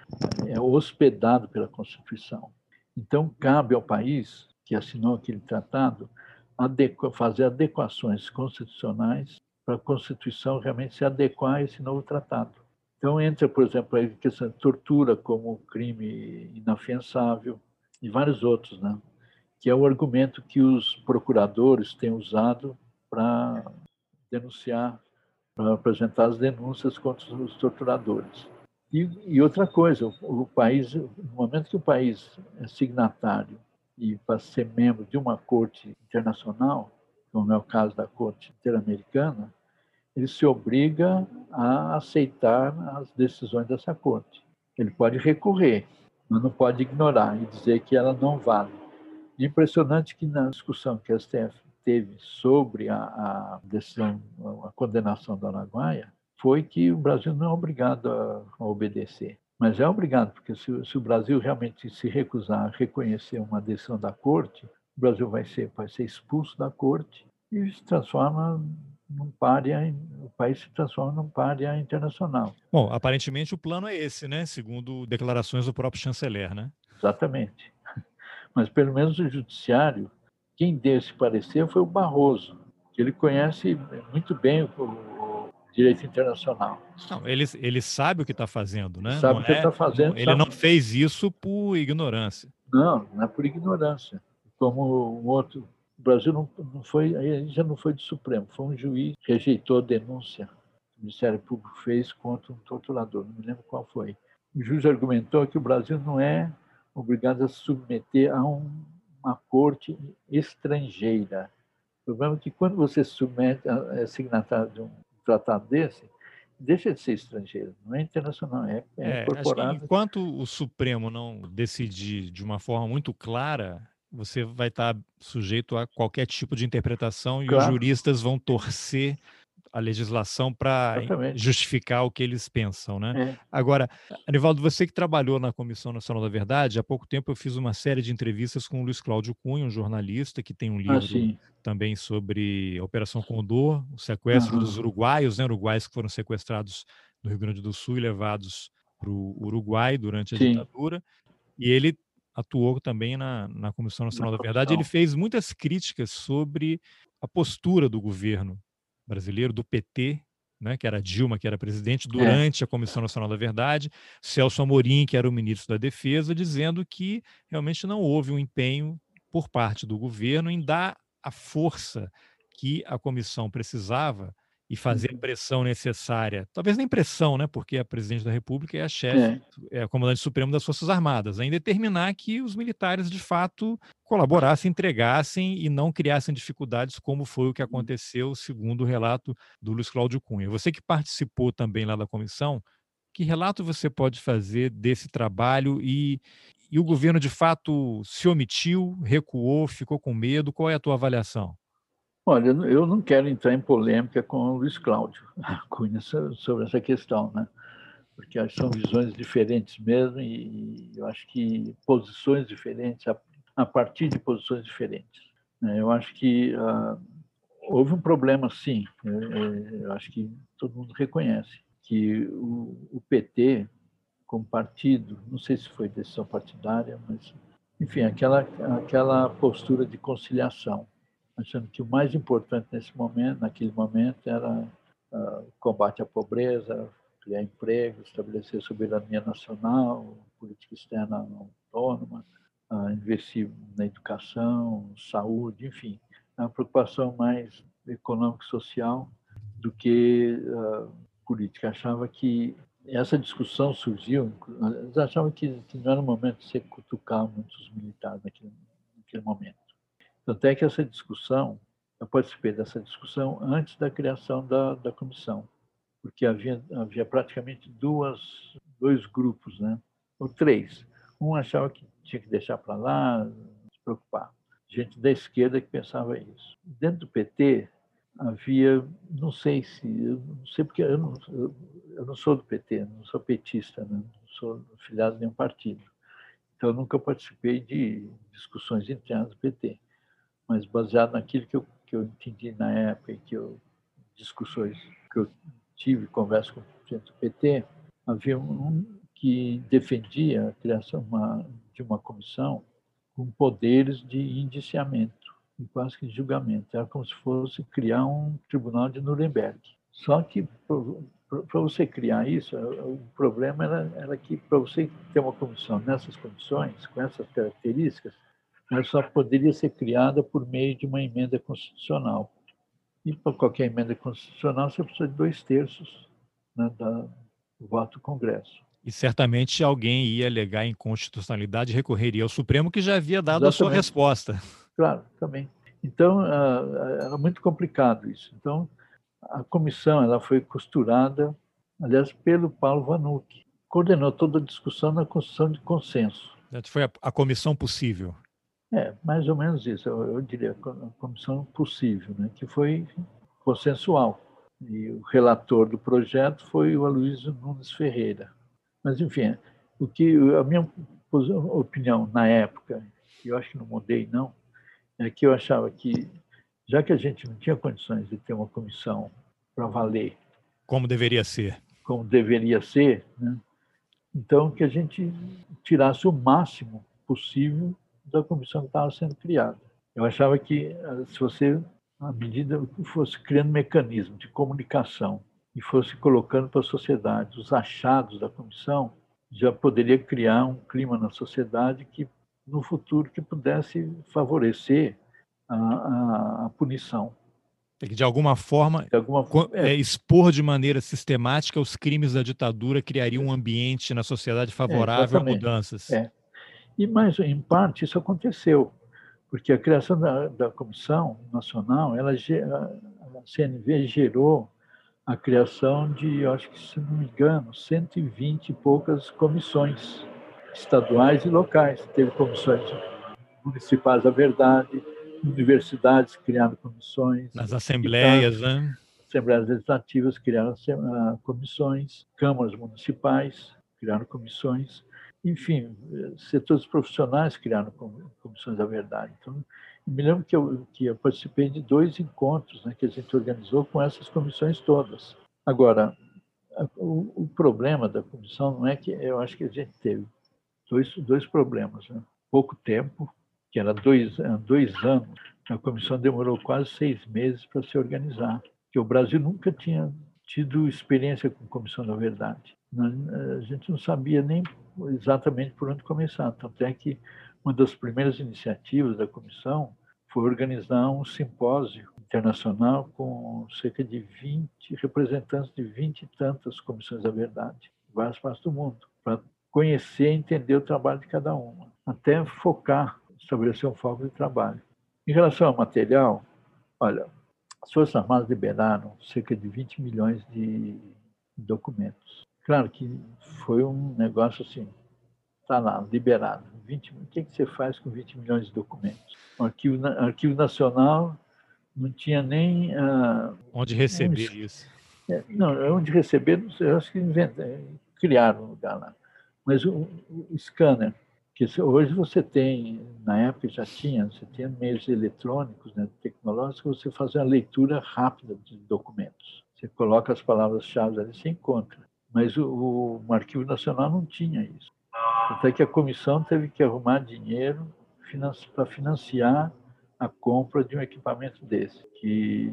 é, é hospedado pela Constituição. Então, cabe ao país que assinou aquele tratado adequa, fazer adequações constitucionais para a Constituição realmente se adequar a esse novo tratado. Então entra, por exemplo, a questão de tortura como crime inafiançável e vários outros, né? Que é o argumento que os procuradores têm usado para denunciar, para apresentar as denúncias contra os torturadores. E, e outra coisa, o, o país, no momento que o país é signatário e para ser membro de uma corte internacional, como é o caso da Corte Interamericana, ele se obriga a aceitar as decisões dessa corte. Ele pode recorrer, mas não pode ignorar e dizer que ela não vale. É impressionante que na discussão que a S T F teve sobre a, a decisão, a condenação da Araguaia, foi que o Brasil não é obrigado a, a obedecer. Mas é obrigado, porque se, se o Brasil realmente se recusar a reconhecer uma decisão da corte, o Brasil vai ser, vai ser expulso da corte e se transforma num pária, o país se transforma num pária internacional. Bom, aparentemente o plano é esse, né? Segundo declarações do próprio chanceler, né? Exatamente. Mas pelo menos o judiciário, quem deu esse parecer foi o Barroso, que ele conhece muito bem o, o direito internacional. Não, ele, ele sabe o que está fazendo, né? Sabe Não o que ele é, está fazendo. ele Sabe... não fez isso por ignorância. Não, não é por ignorância. Como um outro, o Brasil não, não foi, aí já não foi do Supremo, foi um juiz que rejeitou a denúncia que o Ministério Público fez contra um torturador, não me lembro qual foi. O juiz argumentou que o Brasil não é obrigado a se submeter a um, uma corte estrangeira. O problema é que quando você se submete a, a signatário de um tratado desse, deixa de ser estrangeiro, não é internacional, é, é É, acho que incorporado. enquanto o Supremo não decidir de uma forma muito clara, você vai estar sujeito a qualquer tipo de interpretação e os Claro, juristas vão torcer a legislação para exatamente. justificar o que eles pensam, né? É. Agora, Anivaldo, você que trabalhou na Comissão Nacional da Verdade, há pouco tempo eu fiz uma série de entrevistas com o Luiz Cláudio Cunha, um jornalista que tem um Ah, livro sim. também sobre a Operação Condor, o sequestro dos Aham. uruguaios, né? Uruguaios que foram sequestrados no Rio Grande do Sul e levados para o Uruguai durante a Sim, ditadura. E ele atuou também na, na Comissão na Nacional da Verdade. Ele comissão. fez muitas críticas sobre a postura do governo brasileiro, do P T, né, que era Dilma, que era presidente, É. durante a Comissão Nacional da Verdade, Celso Amorim, que era o ministro da Defesa, dizendo que realmente não houve um empenho por parte do governo em dar a força que a comissão precisava e fazer a Uhum. pressão necessária. Talvez nem pressão, né, porque a presidente da República é a chefe, É. é a comandante supremo das Forças Armadas, em determinar que os militares, de fato, colaborassem, entregassem e não criassem dificuldades, como foi o que aconteceu, segundo o relato do Luiz Cláudio Cunha. Você que participou também lá da comissão, que relato você pode fazer desse trabalho e, e o governo, de fato, se omitiu, recuou, ficou com medo? Qual é a tua avaliação? Olha, eu não quero entrar em polêmica com o Luiz Cláudio Cunha sobre essa questão, né? Porque são visões diferentes mesmo e eu acho que posições diferentes, a partir de posições diferentes. Eu acho que uh, houve um problema, sim, eu, eu acho que todo mundo reconhece, que o, o P T, como partido, não sei se foi decisão partidária, mas, enfim, aquela, aquela postura de conciliação, achando que o mais importante nesse momento, naquele momento, era uh, o combate à pobreza, criar emprego, estabelecer soberania nacional, política externa autônoma, uh, investir na educação, saúde, enfim, a preocupação mais econômica e social do que uh, política. Achava que essa discussão surgiu, eles achavam que, que não era o momento de se cutucar muitos militares naquele, naquele momento. Tanto é que essa discussão, eu participei dessa discussão antes da criação da, da comissão, porque havia, havia praticamente duas, dois grupos, né? Ou três. Um achava que tinha que deixar para lá, não se preocupar. Gente da esquerda que pensava isso. Dentro do P T, havia, não sei se, eu não sei porque eu não, eu, eu não sou do P T, não sou petista, né? Não sou filiado a nenhum partido. Então, eu nunca participei de discussões internas do P T. Mas baseado naquilo que eu, que eu entendi na época, que eu, discussões que eu tive, conversa com o presidente do P T, havia um que defendia a criação uma, de uma comissão com poderes de indiciamento. quase que de julgamento. Era como se fosse criar um tribunal de Nuremberg. Só que para você criar isso, o problema era, era que para você ter uma comissão nessas condições, com essas características, ela só poderia ser criada por meio de uma emenda constitucional. E para qualquer emenda constitucional você precisa de dois terços, né, da, do voto do Congresso. E certamente alguém ia alegar inconstitucionalidade e recorreria ao Supremo, que já havia dado Exatamente. a sua resposta. Claro, também. Então, era muito complicado isso. Então, a comissão ela foi costurada, aliás, pelo Paulo Vanucci. Coordenou toda a discussão na construção de consenso. Foi a, a comissão possível. É, mais ou menos isso, eu, eu diria, a comissão possível, né, que foi consensual. E o relator do projeto foi o Aloysio Nunes Ferreira. Mas, enfim, o que, a minha opinião na época, e eu acho que não mudei, não, é que eu achava que, já que a gente não tinha condições de ter uma comissão para valer... Como deveria ser. Como deveria ser, né? Então, que a gente tirasse o máximo possível da comissão que estava sendo criada. Eu achava que, se você, à medida que fosse criando mecanismo de comunicação e fosse colocando para a sociedade os achados da comissão, já poderia criar um clima na sociedade que, no futuro, que pudesse favorecer a, a, a punição. De alguma forma, de alguma, é, expor de maneira sistemática os crimes da ditadura criaria um ambiente na sociedade favorável é, a mudanças. É. E, mas, em parte, isso aconteceu, porque a criação da, da Comissão Nacional, ela, a C N V gerou a criação de, eu acho que, se não me engano, cento e vinte e poucas comissões estaduais e locais. Teve comissões municipais da verdade, universidades criaram comissões. Nas assembleias, né? Assembleias legislativas criaram comissões, câmaras municipais criaram comissões. Enfim, setores profissionais criaram comissões da verdade. Então, me lembro que eu, que eu participei de dois encontros, né, que a gente organizou com essas comissões todas. Agora, o, o problema da comissão não é que eu acho que a gente teve dois, dois problemas. Né? Pouco tempo, que era dois, dois anos, a comissão demorou quase seis meses para se organizar, porque o Brasil nunca tinha tido experiência com comissão da verdade. A gente não sabia nem exatamente por onde começar. Tanto é que uma das primeiras iniciativas da comissão foi organizar um simpósio internacional com cerca de vinte representantes de vinte e tantas comissões da verdade, em várias partes do mundo, para conhecer e entender o trabalho de cada uma, até focar, estabelecer um foco de trabalho. Em relação ao material, olha, as Forças Armadas liberaram cerca de vinte milhões de documentos. Claro que foi um negócio assim, está lá, liberado. vinte, o que, que você faz com vinte milhões de documentos? O Arquivo, Arquivo Nacional não tinha nem... Uh, onde receber um, isso. É, não, onde receber, eu acho que inventaram, criaram um lugar lá. Mas o, o scanner, que hoje você tem, na época já tinha, você tinha meios eletrônicos, né, tecnológicos, você faz uma leitura rápida de documentos. Você coloca as palavras-chave ali, você encontra. Mas o, o Arquivo Nacional não tinha isso. Até que a comissão teve que arrumar dinheiro para financiar a compra de um equipamento desse, que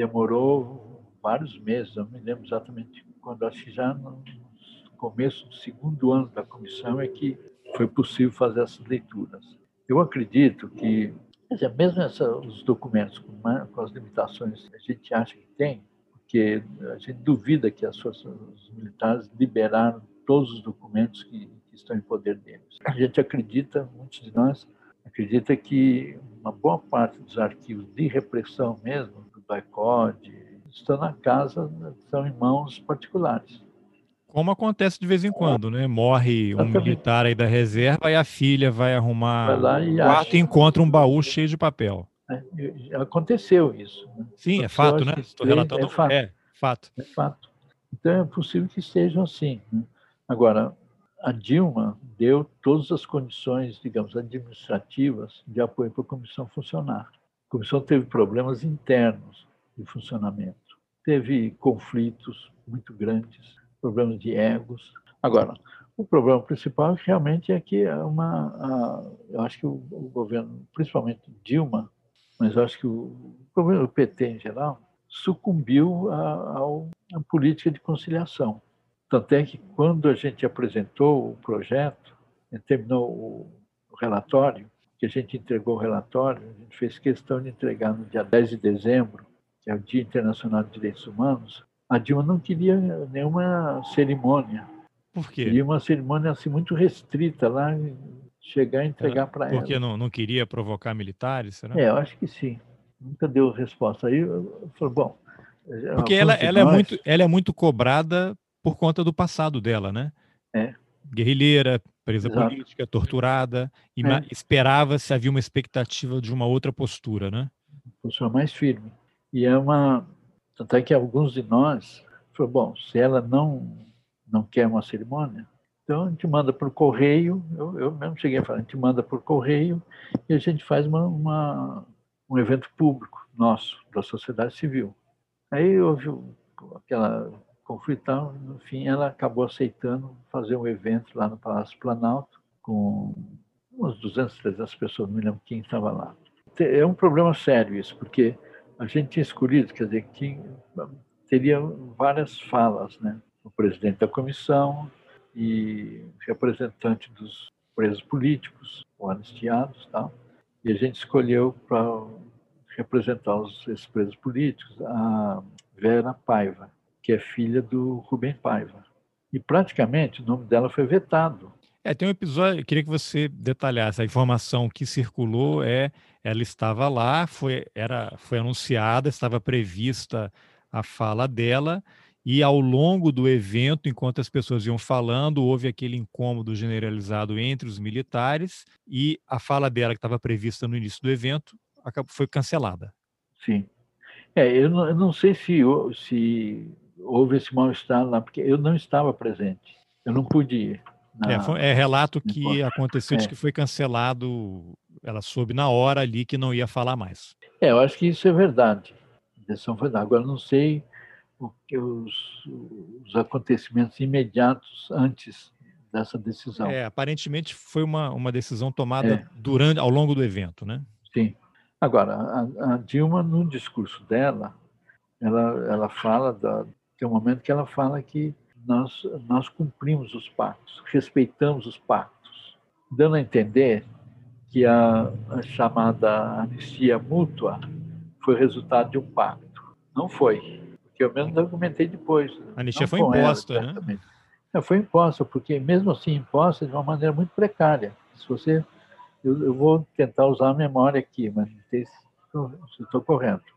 demorou vários meses, eu não me lembro exatamente quando, acho que já no começo do segundo ano da comissão é que foi possível fazer essas leituras. Eu acredito que, quer dizer, mesmo essa, os documentos com, com as limitações que a gente acha que tem, porque a gente duvida que as forças militares liberaram todos os documentos que, que estão em poder deles. A gente acredita, muitos de nós, acredita que uma boa parte dos arquivos de repressão mesmo, do D O I-CODE, estão na casa, estão em mãos particulares. Como acontece de vez em quando, né? Morre um Exatamente. militar aí da reserva e a filha vai arrumar vai lá e o quarto acha. e encontra um baú cheio de papel. É, aconteceu isso. Né? Sim, é fato, né? Estou relatando. É fato. É fato. É fato. Então é possível que estejam assim. Né? Agora, a Dilma deu todas as condições, digamos, administrativas de apoio para a comissão funcionar. A comissão teve problemas internos de funcionamento. Teve conflitos muito grandes, problemas de egos. Agora, o problema principal realmente é que é uma, a, eu acho que o, o governo, principalmente Dilma, mas eu acho que o, o P T, em geral, sucumbiu à, à política de conciliação. Tanto é que, quando a gente apresentou o projeto, terminou o, o relatório, que a gente entregou o relatório, a gente fez questão de entregar no dia dez de dezembro, que é o Dia Internacional de Direitos Humanos. A Dilma não queria nenhuma cerimônia. Por quê? Queria uma cerimônia assim, muito restrita, lá, chegar e entregar para ela. Porque não, não queria provocar militares, será? É, eu acho que sim. Nunca deu resposta. Aí eu falei, bom... Porque ela, ela, nós... é muito, ela é muito cobrada por conta do passado dela, né? É. Guerrilheira, presa Exato. política, torturada, e É. esperava-se, havia uma expectativa de uma outra postura, né? Postura mais firme. E é uma... Tanto é que alguns de nós falaram, bom, se ela não, não quer uma cerimônia, então a gente manda por correio, eu, eu mesmo cheguei a falar, a gente manda por correio e a gente faz uma, uma, um evento público nosso, da sociedade civil. Aí houve aquela conflitão, no fim ela acabou aceitando fazer um evento lá no Palácio Planalto, com umas duzentas, trezentas pessoas, não me lembro quem estava lá. É um problema sério isso, porque a gente tinha escolhido, quer dizer, que teria várias falas, né? O presidente da comissão e representante dos presos políticos, ou anistiados, tal. E a gente escolheu para representar os, esses presos políticos a Vera Paiva, que é filha do Rubem Paiva. E praticamente o nome dela foi vetado. É, tem um episódio, eu queria que você detalhasse. A informação que circulou é, ela estava lá, foi, era, foi anunciada, estava prevista a fala dela, e ao longo do evento, enquanto as pessoas iam falando, houve aquele incômodo generalizado entre os militares, e a fala dela, que estava prevista no início do evento, acabou, foi cancelada. Sim. É, eu não, eu não sei se, se houve esse mal-estar lá, porque eu não estava presente. Eu não pude ir. Na, É, foi, é relato que aconteceu é. de que foi cancelado, ela soube na hora ali que não ia falar mais. É, eu acho que isso é verdade. Agora, não sei o que os, os acontecimentos imediatos antes dessa decisão. É, aparentemente foi uma, uma decisão tomada é. durante, ao longo do evento, né? Sim. Agora, a, a Dilma, no discurso dela, ela, ela fala, da, tem um momento que ela fala que nós, nós cumprimos os pactos, respeitamos os pactos, dando a entender que a, a chamada anistia mútua foi resultado de um pacto. Não foi, porque eu mesmo argumentei depois. A anistia foi imposta, ela, né? É, foi imposta, porque mesmo assim imposta de uma maneira muito precária. Se você, eu, eu vou tentar usar a memória aqui, mas não sei se estou correto.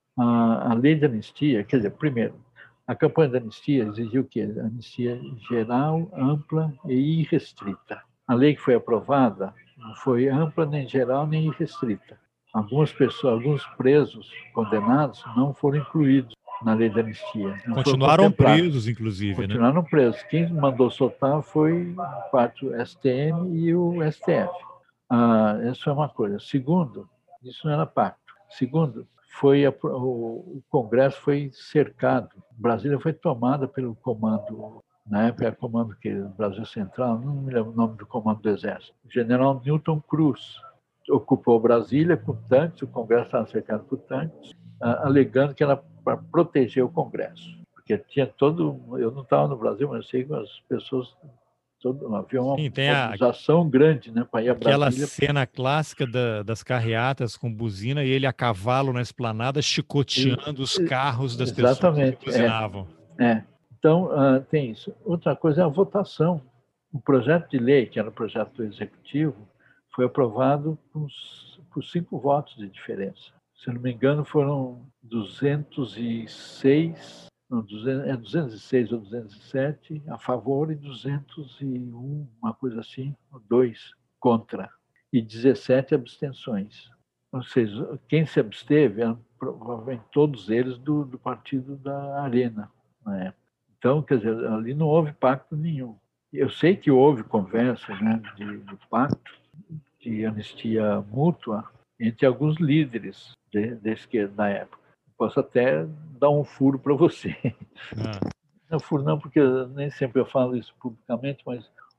A, a lei de anistia, quer dizer, primeiro, a campanha da anistia exigiu o quê? Anistia geral, ampla e irrestrita. A lei que foi aprovada não foi ampla, nem geral, nem irrestrita. Algumas pessoas, alguns presos condenados não foram incluídos na lei da anistia. Continuaram presos, inclusive. Continuaram né? presos. Quem mandou soltar foi parte do S T M e o S T F. Ah, essa é uma coisa. Segundo, isso não era pacto. Segundo, foi a, o, o Congresso foi cercado. Brasília foi tomada pelo comando, na época era comando que Brasil Central, não me lembro o nome do comando do Exército. O general Newton Cruz ocupou Brasília com tanques, o Congresso estava cercado por tanques, alegando que era para proteger o Congresso. Porque tinha todo... Eu não estava no Brasil, mas eu sei que as pessoas... Todo, havia uma Sim, mobilização a, grande, né, para ir a Brasília. Aquela cena clássica da, das carreatas com buzina e ele a cavalo na esplanada chicoteando e, os carros das exatamente, pessoas que buzinavam. É, é. Então, uh, tem isso. Outra coisa é a votação. O projeto de lei, que era o projeto do Executivo, foi aprovado por, por cinco votos de diferença. Se não me engano, foram duzentos e seis, não, duzentos, é duzentos e seis ou duzentos e sete a favor e duzentos e um, uma coisa assim, dois contra, e dezessete abstenções. Ou seja, quem se absteve eram provavelmente todos eles do, do partido da Arena, na época. Então, quer dizer, ali não houve pacto nenhum. Eu sei que houve conversa, né, de, de pacto, de anistia mútua, entre alguns líderes de, de esquerda na época. Posso até dar um furo para você. Ah. Não furo não, porque nem sempre eu falo isso publicamente, mas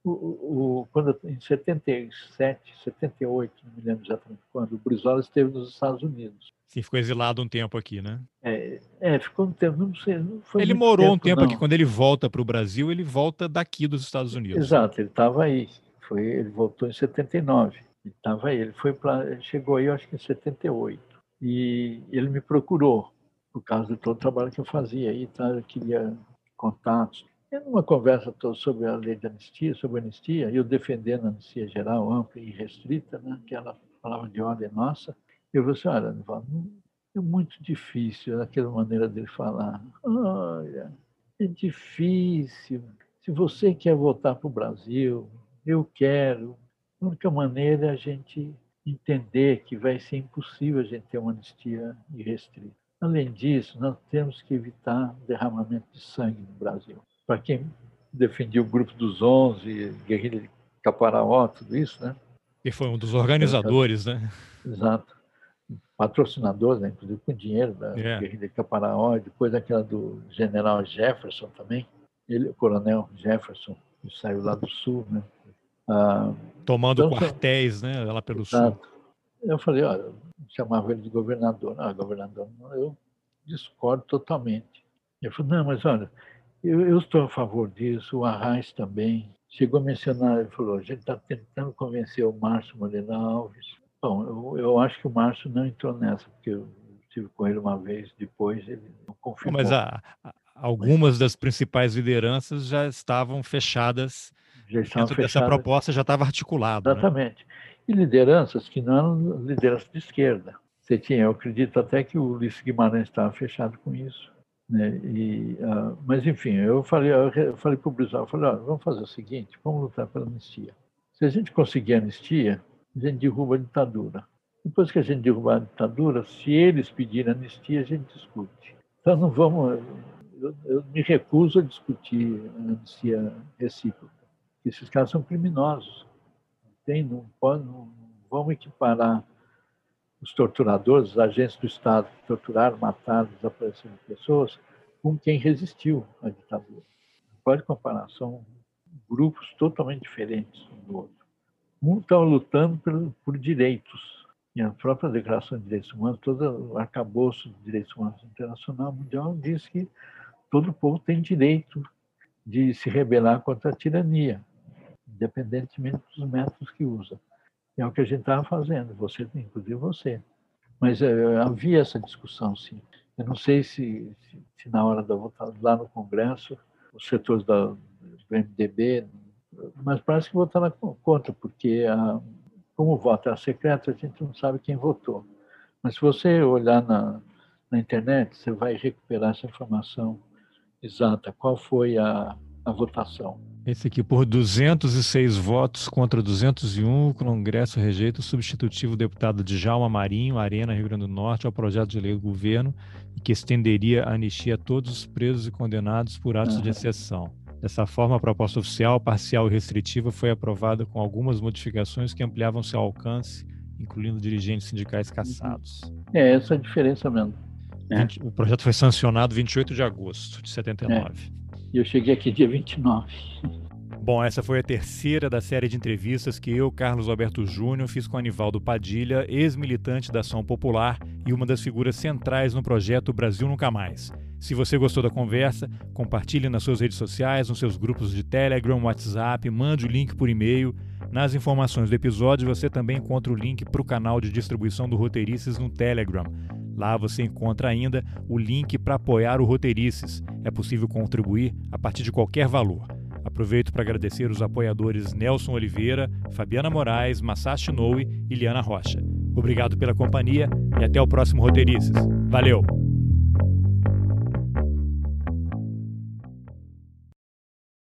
O, o, quando, em setenta e sete, setenta e oito, não me lembro exatamente quando, o Brizola esteve nos Estados Unidos. Sim, ficou exilado um tempo aqui, né? É, é ficou um tempo, não sei, não foi Ele muito morou tempo, um tempo não. aqui. Quando ele volta para o Brasil, ele volta daqui dos Estados Unidos. Exato, ele estava aí. Foi, ele voltou em setenta e nove. Ele estava aí. Ele foi para, ele chegou aí, eu acho que em setenta e oito. E ele me procurou por causa de todo o trabalho que eu fazia aí, tá? Eu queria contatos. E numa conversa toda sobre a lei de anistia, sobre a anistia, eu defendendo a anistia geral, ampla e restrita, né? Que ela falava de ordem nossa. Eu falei assim, olha, Nivaldo, é muito difícil aquela maneira dele falar. Olha, é difícil. Se você quer voltar para o Brasil, eu quero. A única maneira é a gente entender que vai ser impossível a gente ter uma anistia irrestrita. Além disso, nós temos que evitar derramamento de sangue no Brasil. Para quem defendia o grupo dos onze, guerrilha de Caparaó, tudo isso, né? E foi um dos organizadores, né? Exato. Patrocinadores, né? Inclusive com dinheiro da É. guerrilha de Caparaó, depois aquela do general Jefferson também, ele, o coronel Jefferson, que saiu lá do sul, né? Ah, Tomando então, quartéis, né? Lá pelo exato. sul. Eu falei, olha, eu chamava ele de governador. Não, governador, eu discordo totalmente. Ele falou, não, mas olha, eu, eu estou a favor disso, o Arraes também. Chegou a mencionar, ele falou, a gente está tentando convencer o Márcio Moreira Alves. Bom, eu, eu acho que o Márcio não entrou nessa, porque eu estive com ele uma vez, depois ele não confirmou. Mas a, a, algumas das principais lideranças já estavam fechadas. Já estavam Dentro fechadas. dessa proposta já estava articulado. Exatamente. Né? E lideranças que não eram lideranças de esquerda. Você tinha, eu acredito até que o Ulisses Guimarães estava fechado com isso. Né? E, uh, mas, enfim, eu falei, eu falei para o Brizola, falei, olha, vamos fazer o seguinte, vamos lutar pela anistia. Se a gente conseguir a anistia, a gente derruba a ditadura. Depois que a gente derrubar a ditadura, se eles pedirem anistia, a gente discute. Então, não vamos... Eu, eu me recuso a discutir a anistia recíproca. Esses caras são criminosos. Tem, não, pode, não vamos equiparar os torturadores, os agentes do Estado que torturaram, mataram, desapareceram pessoas, com quem resistiu à ditadura. Não pode comparar, são grupos totalmente diferentes um do outro. Um está lutando por, por direitos. E a própria Declaração de Direitos Humanos, todo o arcabouço de direitos humanos internacional mundial diz que todo povo tem direito de se rebelar contra a tirania, independentemente dos métodos que usa. É o que a gente estava fazendo, você, inclusive você. Mas é, havia essa discussão, sim. Eu não sei se, se, se na hora da votação, lá no Congresso, os setores da, do M D B, mas parece que votaram contra, porque a, como o voto é secreto, a gente não sabe quem votou. Mas se você olhar na, na internet, você vai recuperar essa informação exata, qual foi a, a votação. Esse aqui, por duzentos e seis votos contra duzentos e um, o Congresso rejeita o substitutivo deputado Djalma Marinho, Arena, Rio Grande do Norte, ao projeto de lei do governo e que estenderia a anistia a todos os presos e condenados por atos uhum. de exceção. Dessa forma, a proposta oficial, parcial e restritiva foi aprovada com algumas modificações que ampliavam seu alcance, incluindo dirigentes sindicais cassados. É essa a diferença mesmo. É. vinte, o projeto foi sancionado vinte e oito de agosto de setenta e nove. É. E eu cheguei aqui dia vinte e nove. Bom, essa foi a terceira da série de entrevistas que eu, Carlos Alberto Júnior, fiz com Anivaldo Padilha, ex-militante da Ação Popular e uma das figuras centrais no projeto Brasil Nunca Mais. Se você gostou da conversa, compartilhe nas suas redes sociais, nos seus grupos de Telegram, WhatsApp, mande o link por e-mail. Nas informações do episódio, você também encontra o link para o canal de distribuição do Roteirices no Telegram. Lá você encontra ainda o link para apoiar o Roteirices. É possível contribuir a partir de qualquer valor. Aproveito para agradecer os apoiadores Nelson Oliveira, Fabiana Moraes, Masashi Inoue e Liana Rocha. Obrigado pela companhia e até o próximo Roteirices. Valeu!